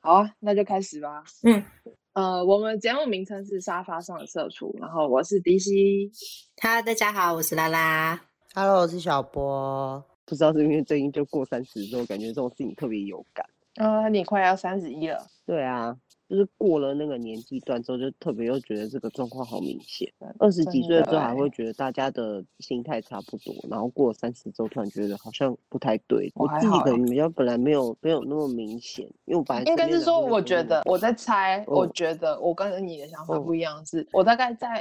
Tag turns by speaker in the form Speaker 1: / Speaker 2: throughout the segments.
Speaker 1: 好啊，那就开始吧。我们节目名称是沙发上的社畜，然后我是迪西。
Speaker 2: Hello，大家好，我是拉拉。
Speaker 3: Hello，我是小波。不知道是因为最近就过30之后，感觉这种事情特别有感。
Speaker 1: 你快要31了。
Speaker 3: 对啊，就是过了那个年纪段之后，就特别又觉得这个状况好明显。20几岁之后还会觉得大家的心态差不多，然后过了30之后，突然觉得好像不太对。我自己可能比较本来没有那么明显，因为我本来
Speaker 1: 应该是说，我觉得我在猜，我觉得我跟你的想法不一样，是我大概在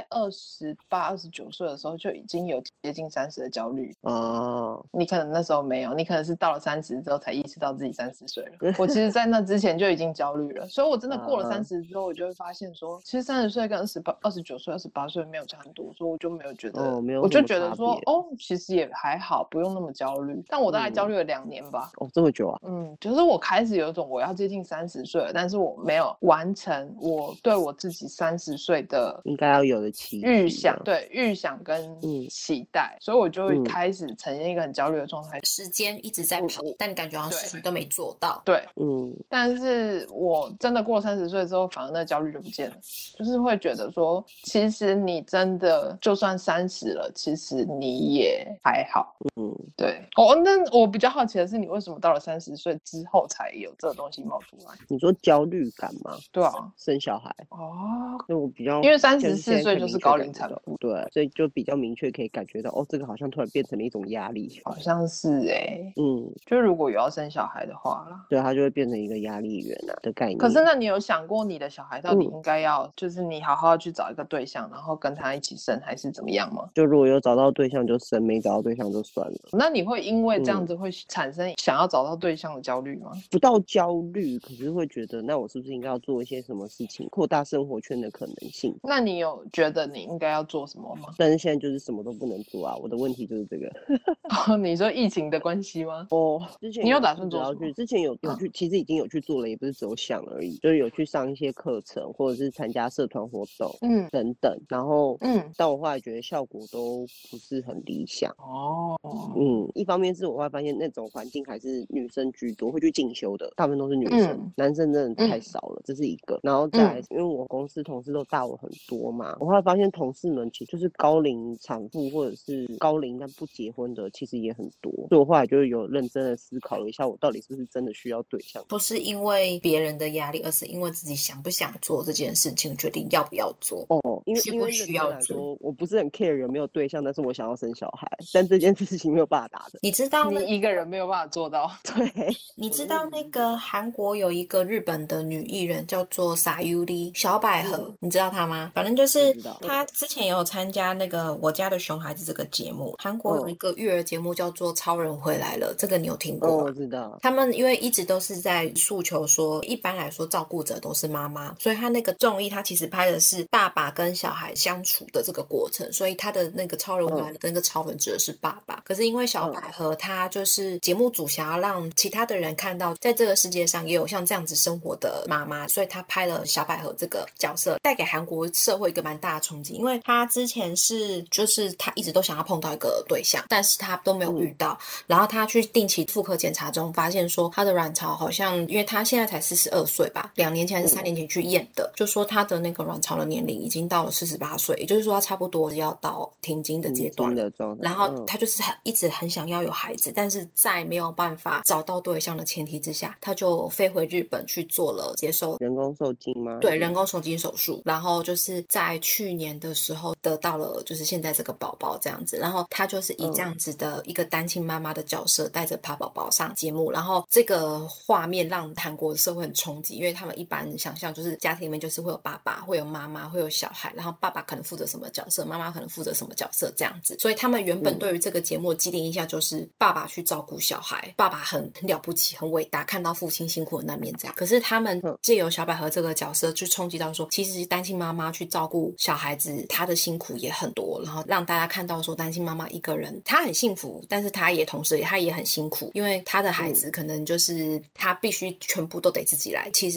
Speaker 1: 28、29岁的时候就已经有接近30的焦虑。你可能那时候没有，你可能是到了30之后才意识到自己30岁了。我其实在那之前就已经焦虑了，所以我真的过了30之后，我就会发现说，其实30岁跟29岁、28岁没有差很多，所以我就没有觉得，我就觉得说，其实也还好，不用那么焦虑。但我大概焦虑了2年吧。
Speaker 3: 这么久啊？
Speaker 1: 就是我开始有一种我要接近30岁了，但是我没有完成我对我自己30岁的
Speaker 3: 应该要有的
Speaker 1: 预想，对预想跟期待，所以我就会开始呈现一个很焦虑的状态。
Speaker 2: 时间一直在跑，但你感觉好像事情都没做到。
Speaker 1: 对，但是我真的过30岁之后，反而那焦虑就不见了，就是会觉得说，其实你真的就算30了，其实你也还好。对。那我比较好奇的是，你为什么到了30岁之后才有这个东西冒出来？
Speaker 3: 你说焦虑感吗？
Speaker 1: 对啊，
Speaker 3: 生小孩。所以我比较
Speaker 1: 因为34岁就是高龄产妇，
Speaker 3: 对，所以就比较明确可以感觉到，这个好像突然变成了一种压力。
Speaker 1: 好像是就如果有要生小孩的话啦，
Speaker 3: 对，它就会变成一个压力源的概念。
Speaker 1: 可是那你有想过你的小孩到底应该要，就是你好好去找一个对象，然后跟他一起生，还是怎么样吗？
Speaker 3: 就如果有找到对象就生，没找到对象就算了。
Speaker 1: 那你会因为这样子会产生想要找到对象的焦虑吗？
Speaker 3: 不到焦虑，可是会觉得那我是不是应该要做一些什么事情，扩大生活圈的可能性。
Speaker 1: 那你有觉得你应该要做什么吗？
Speaker 3: 但是现在就是什么都不能做啊，我的问题就是这个。
Speaker 1: 你说疫情的关系吗？
Speaker 3: 之前
Speaker 1: 你有打算做什么？
Speaker 3: 之前有去，其实已经有去做了，也不是只有想而已，就是有去上一些课程，或者是参加社团活动，等等。然后但我后来觉得效果都不是很理想。一方面是我会发现那种环境还是女生居多，会去进修的大部分都是女生，男生真的太少了，这是一个。然后再来，因为我公司同事都大我很多嘛，我后来发现同事们其实就是高龄产妇或者是高龄但不结婚的，其实也很多。所以我后来就有认真的思考了一下，我到底是不是真的需要对象？
Speaker 2: 不是因为别人的压力，而是因为自己想不想做这件事情，决定要不要做。
Speaker 3: 因为
Speaker 2: 需要
Speaker 3: 来说，我不是很 care 有没有对象，但是我想要生小孩，但这件事情没有办法达成。
Speaker 2: 你知道，
Speaker 1: 你一个人没有办法做到。
Speaker 3: 对，
Speaker 2: 你知道那个韩国有一个日本的女艺人叫做撒优里小百合，你知道她吗？反正就是她之前也有参加那个《我家的熊孩子》这个节目。韩国有一个育儿节目叫做《超人回来了》，这个你有听过吗？
Speaker 3: 我知道。
Speaker 2: 他们因为一直都是在诉求说，一般来说照顾者都是妈妈，所以他那个综艺他其实拍的是爸爸跟小孩相处的这个过程，所以他的那个超人回来了的那个超人指的是爸爸。可是因为小百合他就是节目组想要让其他的人看到，在这个世界上也有像这样子生活的妈妈，所以他拍了小百合这个角色，带给韩国社会一个蛮大的冲击。因为他之前就是他一直都想要碰到一个对象，但是他都没有遇到，然后他去定期妇科检查中发现说他的卵巢好像，因为他现在才42岁吧，2年前还是3年前去验的，就说他的那个卵巢的年龄已经到了48岁，也就是说他差不多要到停经的阶段了。然后他就是一直很想要有孩子，但是在没有办法找到对象的前提之下，他就飞回日本去做了接受
Speaker 3: 人工受精吗？
Speaker 2: 对，人工受精手术。然后就是在去年的时候得到了就是现在这个宝宝这样子。然后他就是以这样子的一个单亲妈妈的角色带着爬宝宝上节目，然后这个画面让韩国的社会很冲击，因为他们一般想象就是家庭里面就是会有爸爸，会有妈妈，会有小孩，然后爸爸可能负责什么角色，妈妈可能负责什么角色这样子。所以他们原本对于这个节目的既定印象就是爸爸去照顾小孩，爸爸很了不起很伟大，看到父亲辛苦的那面这样。可是他们藉由小百合这个角色去冲击到说，其实单亲妈妈去照顾小孩子她的辛苦也很多，然后让大家看到说单亲妈妈一个人她很幸福，但是她也同时她也很辛苦，因为她的孩子可能就是她必须全部都得自己来。其实韩国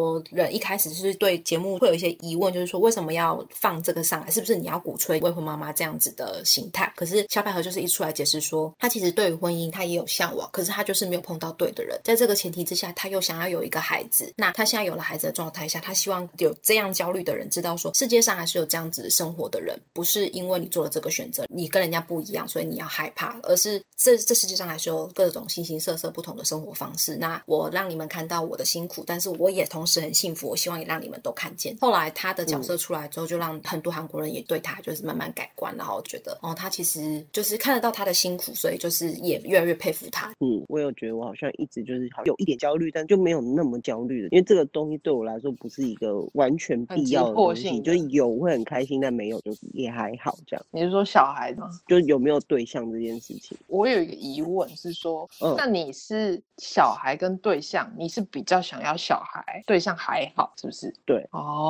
Speaker 2: 多人一开始就是对节目会有一些疑问，就是说为什么要放这个上来，是不是你要鼓吹未婚妈妈这样子的形态？可是小百合就是一出来解释说，他其实对于婚姻他也有向往，可是他就是没有碰到对的人，在这个前提之下，他又想要有一个孩子，那他现在有了孩子的状态下，他希望有这样焦虑的人知道说，世界上还是有这样子生活的人，不是因为你做了这个选择你跟人家不一样所以你要害怕，而是这世界上还是有各种形形色色不同的生活方式，那我让你们看到我的辛苦，但是我也同时很幸福，我希望也让你们都看见。后来他的角色出来之后，就让很多韩国人也对他就是慢慢改观，然后觉得他其实就是看得到他的辛苦，所以就是也越来越佩服他。
Speaker 3: 我有觉得我好像一直就是有一点焦虑，但就没有那么焦虑的，因为这个东西对我来说不是一个完全必要的东西，就是有会很开心，但没有就也还好这样。
Speaker 1: 你是说小孩吗？
Speaker 3: 就有没有对象这件事情。
Speaker 1: 我有一个疑问是说，那你是小孩跟对象，你是比较想要小孩，对象还好是不是？
Speaker 3: 对。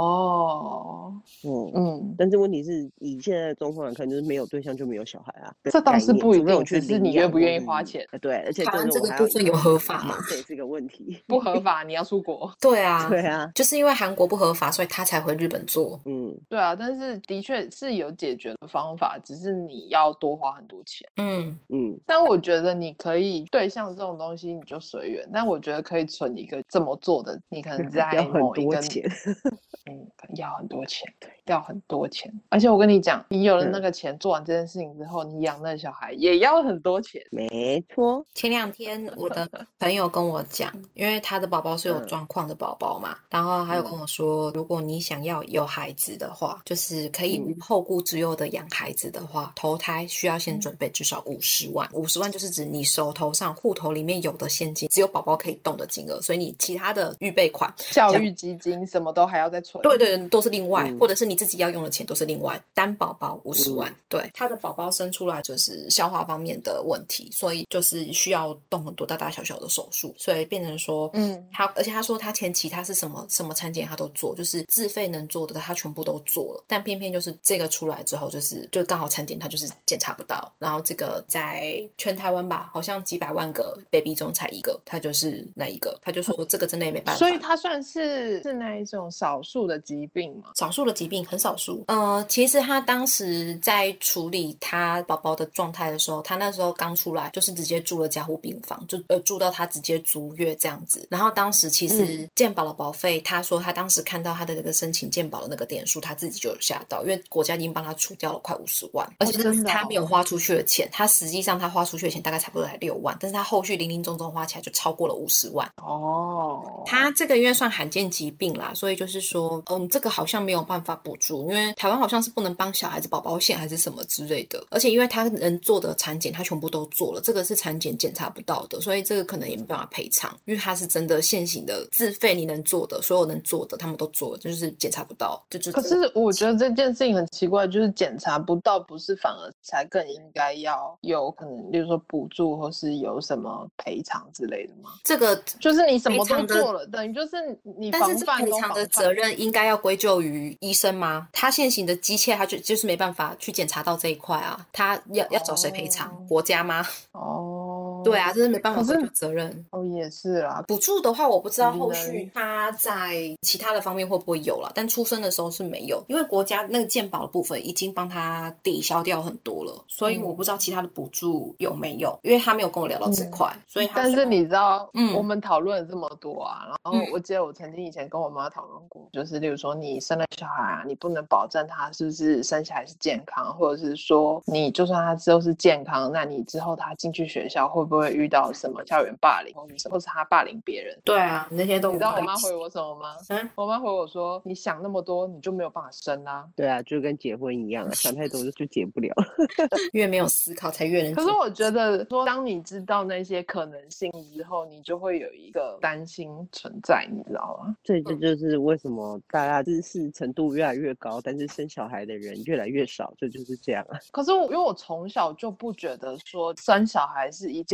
Speaker 3: 但是问题是以现在的状况来看，就是没有对象就没有小孩啊。
Speaker 1: 这倒是不一定，只是你愿不愿意花钱。
Speaker 3: 对，而且
Speaker 2: 台湾这个部分有合法吗？
Speaker 3: 这也是个问题。
Speaker 1: 不合法，你要出国。
Speaker 2: 对啊，
Speaker 3: 对啊，
Speaker 2: 就是因为韩国不合法，所以他才回日本做。
Speaker 1: 对啊，但是的确是有解决的方法，只是你要多花很多钱。但我觉得你可以对象这种东西你就随缘，但我觉得可以存一个这么做的，你可能在某一个要很多钱，对，要很多钱。而且我跟你讲，你有了那个钱，做完这件事情之后，你养那个小孩也要很多钱。
Speaker 3: 没错。
Speaker 2: 前2天我的朋友跟我讲，因为他的宝宝是有状况的宝宝嘛，然后他有跟我说，如果你想要有孩子的话，就是可以后顾之忧的养孩子的话，投胎需要先准备至少50万。50万就是指你手头上户头里面有的现金，只有宝宝可以动的金额，所以你其他的预备款、
Speaker 1: 教育基金什么都还要再存。
Speaker 2: 对对，都是另外，或者是你自己要用的钱都是另外。单宝宝50万，对，他的宝宝生出来就是消化方面的问题，所以就是需要动很多大大小小的手术，所以变成说，而且他说他前期他是什么产检他都做，就是自费能做的他全部都做了，但偏偏就是这个出来之后，就刚好产检他就是检查不到，然后这个在全台湾吧，好像几百万个 baby 中才一个，他就是那一个，他就说这个真的也没办法。
Speaker 1: 所以他算是那一种少数的疾病吗？
Speaker 2: 少数的疾病，很少数。其实他当时在处理他宝宝的状态的时候，他那时候刚出来就是直接住了加护病房，就住到他直接足月这样子。然后当时其实健保的保费，他说他当时看到他的那个申请健保的那个点数，他自己就有吓到，因为国家已经帮他除掉了快50万，而且他没有花出去的钱，他实际上他花出去的钱大概差不多才6万，但是他后续零零总总花起来就超过了50万。他这个因为算罕见疾病啦，所以就是说这个好像没有办法补助，因为台湾好像是不能帮小孩子保保险还是什么之类的，而且因为他能做的产检他全部都做了，这个是产检检查不到的，所以这个可能也没办法赔偿，因为他是真的现行的自费你能做的所有能做的他们都做了，就是检查不到。
Speaker 1: 可是我觉得这件事情很奇怪，就是检查不到不是反而才更应该要有可能例如说补助或是有什么赔偿之类的吗？
Speaker 2: 这个
Speaker 1: 就是你什么都做了，等于就是你防范都防范。
Speaker 2: 但是赔偿的责任应该要归咎于医生吗？他现行的机械他就是没办法去检查到这一块啊，他要找谁赔偿？国家吗？对啊，这是没办法归咎责任。
Speaker 1: 也是啦。
Speaker 2: 补助的话我不知道后续他在其他的方面会不会有啦，但出生的时候是没有，因为国家那个健保的部分已经帮他抵消掉很多了，所以我不知道其他的补助有没有，因为他没有跟我聊到这块，所以
Speaker 1: 但是你知道我们讨论了这么多啊，然后我记得我曾经以前跟我妈讨论过，就是例如说你生了小孩啊，你不能保证他是不是生下来是健康，或者是说你就算他之后是健康，那你之后他进去学校会不会遇到什么校园霸凌或是他霸凌别人？
Speaker 2: 对啊，那些都
Speaker 1: 你知道我妈回我什么吗？我妈回我说你想那么多你就没有办法生啊。
Speaker 3: 对啊，就跟结婚一样啊，想太多就结不了。
Speaker 2: 越没有思考才越能。
Speaker 1: 可是我觉得说当你知道那些可能性之后，你就会有一个担心存在，你知道吗？
Speaker 3: 这就是为什么大家知识程度越来越高，但是生小孩的人越来越少，这就是这样啊。
Speaker 1: 可是因为我从小就不觉得说生小孩是一件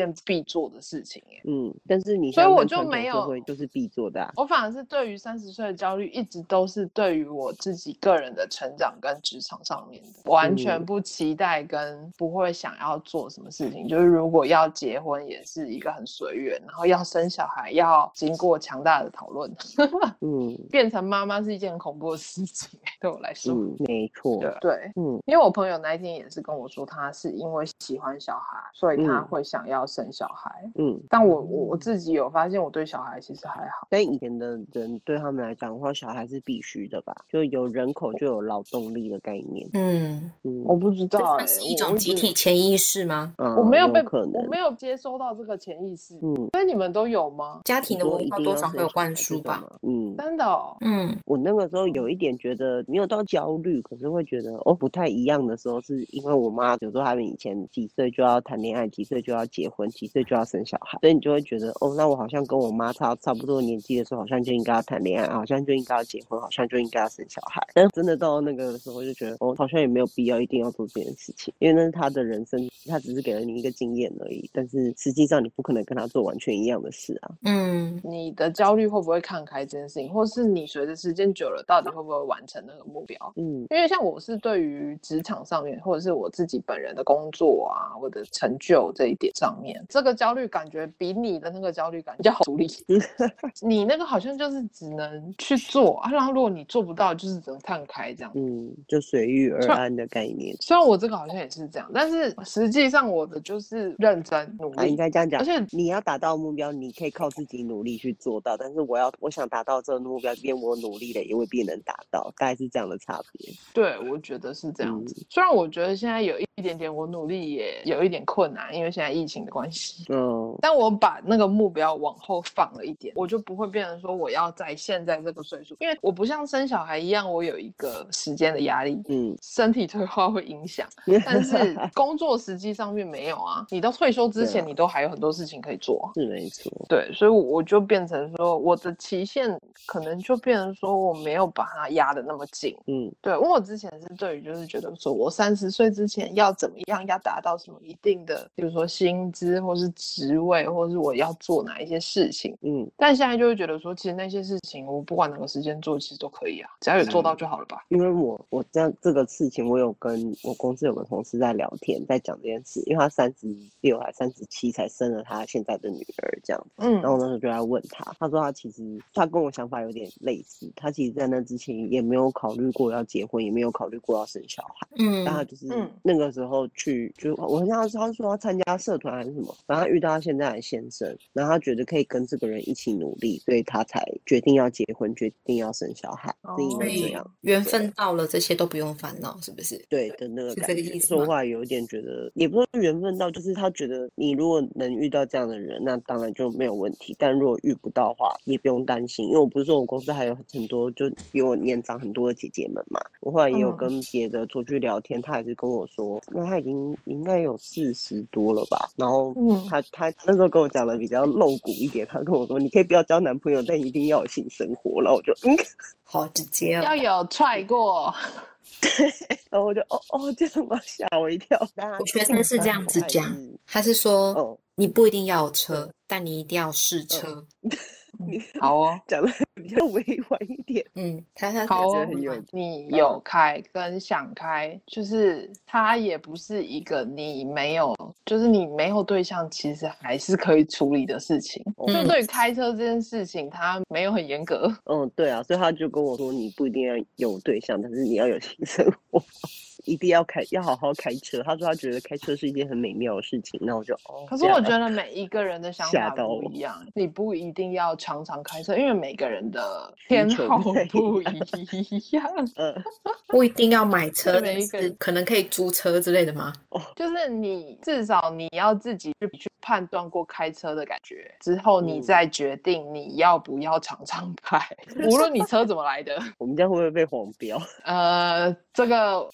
Speaker 1: 件必做的事情耶。
Speaker 3: 但是你
Speaker 1: 所以我就没有
Speaker 3: 就是必做的
Speaker 1: 我反而是对于30岁的焦虑一直都是对于我自己个人的成长跟职场上面的，完全不期待跟不会想要做什么事情，就是如果要结婚也是一个很随缘，然后要生小孩要经过强大的讨论变成妈妈是一件很恐怖的事情对我来说
Speaker 3: 没错
Speaker 1: 对因为我朋友那一天也是跟我说他是因为喜欢小孩所以他会想要生小孩但我自己有发现我对小孩其实还好，
Speaker 3: 但以前的人对他们来讲的话，小孩是必须的吧，就有人口就有劳动力的概念
Speaker 1: 我不知道
Speaker 2: 这是一种集体潜意识吗？
Speaker 1: 我没有接收到这个潜意识所以你们都有吗？
Speaker 2: 家庭的文化多少会有灌输吧
Speaker 1: 真的
Speaker 3: 我那个时候有一点觉得没有到焦虑，可是会觉得不太一样的时候，是因为我妈有时候他们以前几岁就要谈恋爱，几岁就要结婚，几岁就要生小孩，所以你就会觉得那我好像跟我妈差不多年纪的时候，好像就应该要谈恋爱，好像就应该要结婚，好像就应该要生小孩。但真的到那个时候就觉得好像也没有必要一定要做这件事情，因为那是他的人生，他只是给了你一个经验而已，但是实际上你不可能跟他做完全一样的事啊。
Speaker 1: 你的焦虑会不会看开这件事情，或是你随着时间久了到底会不会完成那个目标因为像我是对于职场上面或者是我自己本人的工作啊我的成就这一点上面，这个焦虑感觉比你的那个焦虑感比较好处理你那个好像就是只能去做然后如果你做不到就是只能看开这样
Speaker 3: 就随遇而安的概念。
Speaker 1: 虽然我这个好像也是这样，但是实际上我的就是认真努力
Speaker 3: 应该这样讲，
Speaker 1: 而且
Speaker 3: 你要达到目标你可以靠自己努力去做到，但是我想达到这个目标，即便我努力了也未必能达到，大概是这样的差别。
Speaker 1: 对，我觉得是这样子虽然我觉得现在有一点点我努力也有一点困难，因为现在疫情的关系但我把那个目标往后放了一点，我就不会变成说我要在现在这个岁数，因为我不像生小孩一样我有一个时间的压力身体退化会影响但是工作实际上面没有啊，你到退休之前你都还有很多事情可以做
Speaker 3: 是没错
Speaker 1: 对，所以我就变成说我的期限可能就变成说我没有把它压得那么紧对，因为我之前是对于就是觉得说我30岁之前要怎么样，要达到什么一定的比如说薪资或是职位，或是我要做哪一些事情但现在就会觉得说其实那些事情我不管哪个时间做其实都可以啊，只要有做到就好了吧
Speaker 3: 因为我这个事情我有跟我公司有个同事在聊天，在讲这件事，因为他36还37才生了他现在的女儿这样然后那时候就在问他说他其实他跟我想法有点类似，他其实在那之前也没有考虑过要结婚，也没有考虑过要生小孩但他就是那个时候就我好像他说要参加社团还是什么，然后他遇到他现在的先生，然后他觉得可以跟这个人一起努力，所以他才决定要结婚，决定要生小孩是因为这样
Speaker 2: 缘分到了这些都不用烦恼是不是？
Speaker 3: 对的那个感觉，
Speaker 2: 说
Speaker 3: 话有点觉得也不是缘分到，就是他觉得你如果能遇到这样的人那当然就没有问题，但如果遇不到的话也不用担心，因为我不是说我公司还有很多就比我年长很多的姐姐们嘛，我后来也有跟别的出去聊天他还是跟我说那他已经应该有40多了吧，然后他那时候跟我讲的比较露骨一点，他跟我说你可以不要交男朋友但一定要有性生活，然后我就
Speaker 2: 好直接
Speaker 1: 要有踹过
Speaker 3: 然后我就这样吗？吓我一跳。
Speaker 2: 我学生是这样子讲，他是说你不一定要有车但你一定要试车
Speaker 1: 好
Speaker 3: 讲的比较委婉一点
Speaker 2: 他
Speaker 1: 好
Speaker 2: 很有
Speaker 1: 你有开跟想开，就是他也不是一个你没有就是你没有对象其实还是可以处理的事情就对于开车这件事情他没有很严格
Speaker 3: 对啊，所以他就跟我说你不一定要有对象，但是你要有性生活一定要好好开车，他说他觉得开车是一件很美妙的事情，那我就
Speaker 1: 可是我觉得每一个人的想法不一样，你不一定要常常开车，因为每个人的偏好不一样
Speaker 2: 不一定要买车，每一个人可能可以租车之类的吗？
Speaker 1: 就是你至少你要自己去判断过开车的感觉之后你再决定你要不要常常开无论你车怎么来的
Speaker 3: 我们这样会不会被黄标
Speaker 1: 这个
Speaker 2: podcast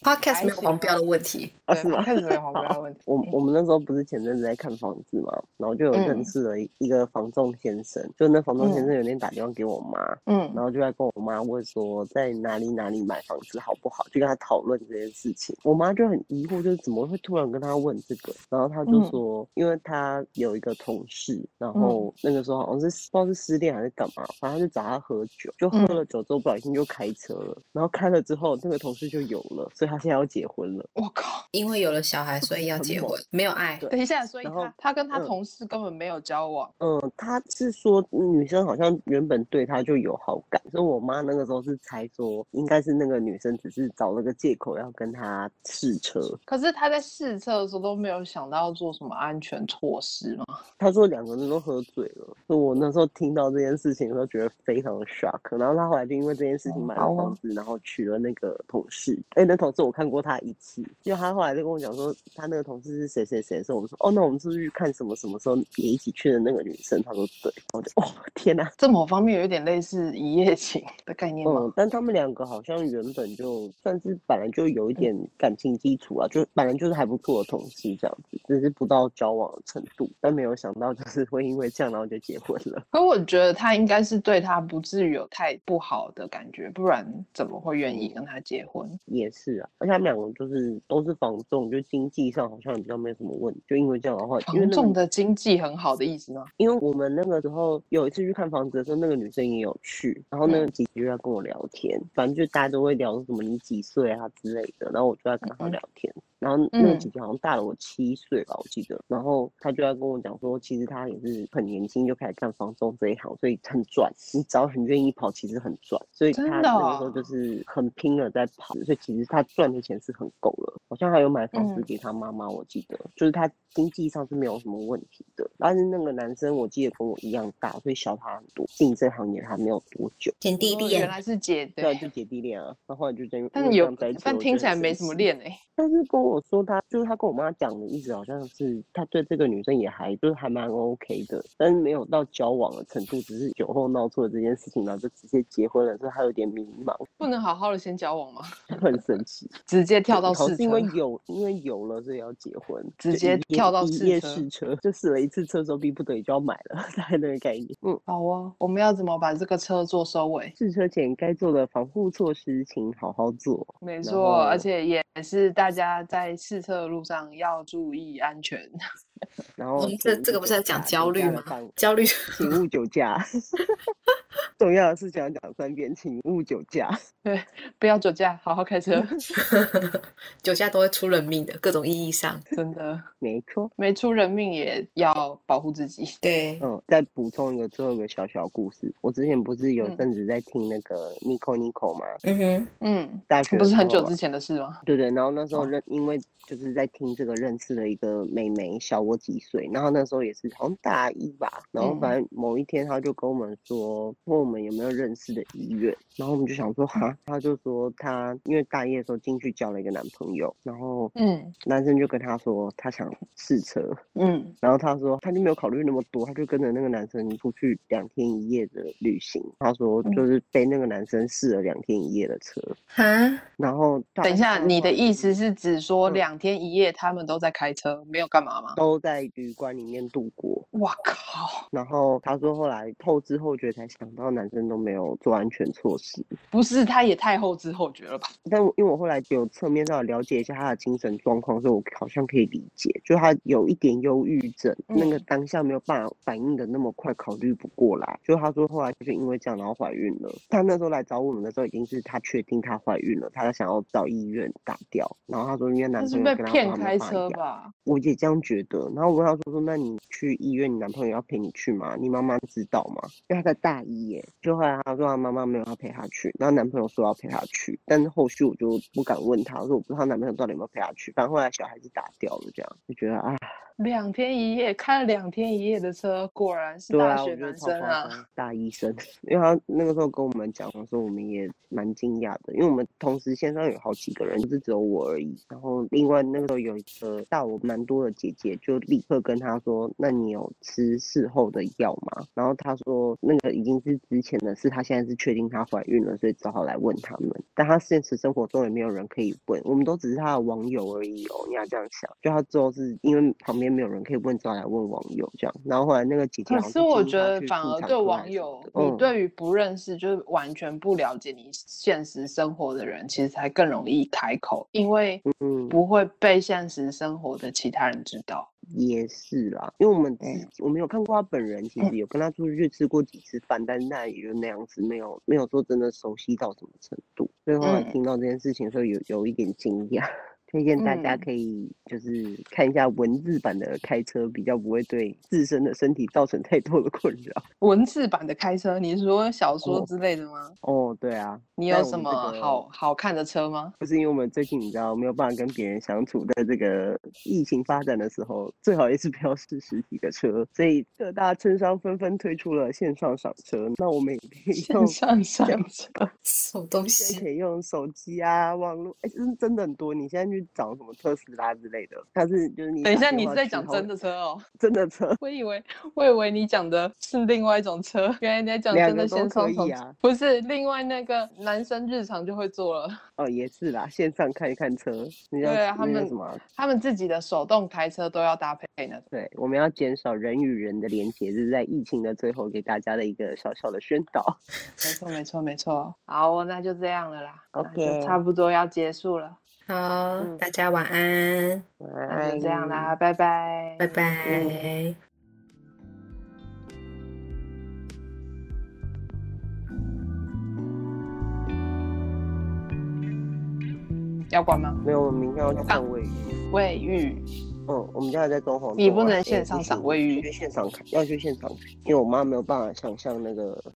Speaker 2: 没有黄标的问题
Speaker 1: 对，开始没有黄标的问题。
Speaker 3: 我们那时候不是前阵子在看房子嘛，然后就有认识了一个房仲先生，就那房仲先生有天打电话给我妈，然后就在跟我妈问说在哪里买房子好不好，就跟他讨论这件事情。我妈就很疑惑，就是怎么会突然跟他问这个，然后他就说，因为他有一个同事，然后那个时候好像是不知道是失恋还是干嘛，反正他就找他喝酒，就喝了酒之后不小心就开车了，然后开了之后那个同事就有了，所以他现在要结婚了。
Speaker 1: 我靠！
Speaker 2: 因为有了小孩，所以要结婚，没有爱。
Speaker 1: 等一下，所以他跟他同事根本没有交往。
Speaker 3: 他是说女生好像原本对他就有好感，所以我妈那个时候是猜说，应该是那个女生只是找了个借口要跟他试车。
Speaker 1: 可是他在试车的时候都没有想到要做什么安全措施吗？
Speaker 3: 他说两个人都喝醉了，所以我那时候听到这件事情的时候觉得非常的 shock。然后他后来就因为这件事情买了房子，然后娶了那个同事。那同事我看过他一次，因为他后来就跟我讲说他那个同事是谁谁谁的时候，我们说那我们是不是去看什么时候也一起去的那个女生？他说对，我就天哪，
Speaker 1: 这某方面有点类似一夜情的概念吗？
Speaker 3: 但他们两个好像原本就算是本来就有一点感情基础啊，就本来就是还不错的同事这样子，只是不到交往的程度，但没有想到就是会因为这样然后就结婚了。
Speaker 1: 可我觉得他应该是对他不至于有太不好的感觉，不然怎么会愿意跟他结婚？
Speaker 3: 也是啊，而且他们两个就是都是房仲，就经济上好像比较没什么问题。就因为这样的话，
Speaker 1: 房仲的经济很好的意思吗？
Speaker 3: 因为我们那个时候有一次去看房子的时候，那个女生也有去，然后那个姐姐就在跟我聊天，反正就大家都会聊什么你几岁啊之类的，然后我就在跟她聊天。然后那个姐姐好像大了我7岁吧，我记得。然后她就在跟我讲说，其实她也是很年轻就开始干房仲这一行，所以很赚。你只要很愿意跑，其实很赚。所以她那个时候就是很拼了在跑，所以其实她赚的钱是很够了。好像还有买房子给她妈妈，我记得就是她经济上是没有什么问题的。但是那个男生我记得跟我一样大，所以小他很多。进这行也还没有多久。
Speaker 2: 姐弟恋，
Speaker 1: 原来是姐弟，
Speaker 3: 对，就姐弟恋啊。然后后来就在，
Speaker 1: 但听起来没什么恋
Speaker 3: 但是跟我说他跟我妈讲的意思好像是他对这个女生也还蛮 OK 的，但是没有到交往的程度，只是酒后闹出了这件事情，然后就直接结婚了，所以他有点迷茫。
Speaker 1: 不能好好的先交往吗？
Speaker 3: 很神奇，
Speaker 1: 直接跳到试车，
Speaker 3: 因为有了，所以要结婚，
Speaker 1: 直接跳到
Speaker 3: 试车，就试了一次车之后逼不得已就要买了，大概那个概念。
Speaker 1: 好啊，我们要怎么把这个车做收尾？
Speaker 3: 试车前该做的防护措施，请好好做。
Speaker 1: 没错，而且也是大家在试车的路上要注意安全。
Speaker 3: 然后
Speaker 2: 这个不是在讲焦虑吗？焦虑，
Speaker 3: 请勿酒驾。重要的事情要讲3遍，请勿酒驾。
Speaker 1: 对，不要酒驾，好好开车。
Speaker 2: 酒驾都会出人命的，各种意义上，
Speaker 1: 真的
Speaker 3: 没错，
Speaker 1: 没出人命也要保护自己。
Speaker 2: 对，
Speaker 3: 再补充最后一个小故事。我之前不是有阵子在听那个 Nico 吗？大学
Speaker 1: 不是很久之前的事吗？
Speaker 3: 对，然后那时候因为就是在听这个认识了一个妹妹，小我几岁，然后那时候也是好像大1吧，然后反正某一天他就跟我们说，问我们有没有认识的医院，然后我们就想说他就说他因为大1的时候进去交了一个男朋友，然后男生就跟他说他想试车，然后他说他就没有考虑那么多，他就跟着那个男生出去2天1夜的旅行，他说就是被那个男生试了2天1夜的车。然后
Speaker 1: 等一下，你的意思是指说2天1夜他们都在开车，没有干嘛吗？
Speaker 3: 都在旅馆里面度过。
Speaker 1: 哇靠！
Speaker 3: 然后他说后来后知后觉才想到男生都没有做安全措施。
Speaker 1: 不是，他也太后知后觉了吧？
Speaker 3: 但因为我后来有侧面上了解一下他的精神状况，所以我好像可以理解，就他有一点忧郁症，那个当下没有办法反应的那么快，考虑不过来。就他说后来就是因为这样然后怀孕了。他那时候来找我们的时候已经是他确定他怀孕了，他想要找医院打掉。然后他说因为男朋友跟他说他没办法养，
Speaker 1: 是被骗开车吧？
Speaker 3: 我也这样觉得。然后我问他说那你去医院，你男朋友要陪你去吗？你妈妈知道吗？因为他在大1耶。就后来他说他妈妈没有要陪他去，然后男朋友说要陪他去，但是后续我就不敢问他，我说我不知道他男朋友到底有没有陪他去。反正后来小孩子打掉了，这样就觉得
Speaker 1: 2天1夜，开了2天1夜的车，果然是大学男生啊，
Speaker 3: 大医生。因为他那个时候跟我们讲的时候，我们也蛮惊讶的，因为我们同时线上有好几个人，不是只有我而已。然后另外那个时候有一个大我蛮多的姐姐，就立刻跟他说：“那你有吃事后的药吗？”然后他说那个已经是之前的事，他现在是确定她怀孕了，所以只好来问他们。但他现实生活中也没有人可以问，我们都只是他的网友而已哦。你要这样想，就他最后是因为旁边没有人可以问，只好来问网友这样。然后后来那个姐姐，
Speaker 1: 可是我觉得反而对网友，你对于不认识就是完全不了解你现实生活的人，其实才更容易开口，因为不会被现实生活的其他人知道。
Speaker 3: 也是啦，因为我们有看过他本人，其实有跟他出去吃过几次饭，但是那也就那样子，没有说真的熟悉到什么程度。所以后来听到这件事情的时候，有一点惊讶。推荐大家可以就是看一下文字版的开车，比较不会对自身的身体造成太多的困扰。
Speaker 1: 文字版的开车，你是说小说之类的吗？
Speaker 3: 对啊。
Speaker 1: 你有什么好看的车吗？
Speaker 3: 不是因为我们最近你知道没有办法跟别人相处，在这个疫情发展的时候，最好也是不要试实体的车，所以各大车商纷纷推出了线上赏车。那我们也可以用
Speaker 1: 线上赏车，
Speaker 2: 什么东西？
Speaker 3: 可以用手机啊、网络，真的很多。你现在去找什么特斯拉之类的，它是就是你。
Speaker 1: 等一下，你是在讲真的车哦？
Speaker 3: 真的车？
Speaker 1: 我以为你讲的是另外一种车，原来你在讲真的线上赏车。不是，另外那个男生日常就会做了。
Speaker 3: 也是啦，线上看一看车。
Speaker 1: 对啊，他们自己的手动开车都要搭配呢。
Speaker 3: 对，我们要减少人与人的连结，就是在疫情的最后给大家的一个小小的宣导。
Speaker 1: 没错。好，那就这样了啦。
Speaker 3: OK，
Speaker 1: 差不多要结束了。
Speaker 2: 好，大家晚安。
Speaker 1: 那就这样啦，拜拜。
Speaker 2: 拜拜。
Speaker 1: 要关吗？
Speaker 3: 没有，我明天要去看卫浴。
Speaker 1: 卫浴。
Speaker 3: 我们家还在装潢。
Speaker 1: 你不能线上赏卫浴，
Speaker 3: 要去现场看，因为我妈没有办法想象那个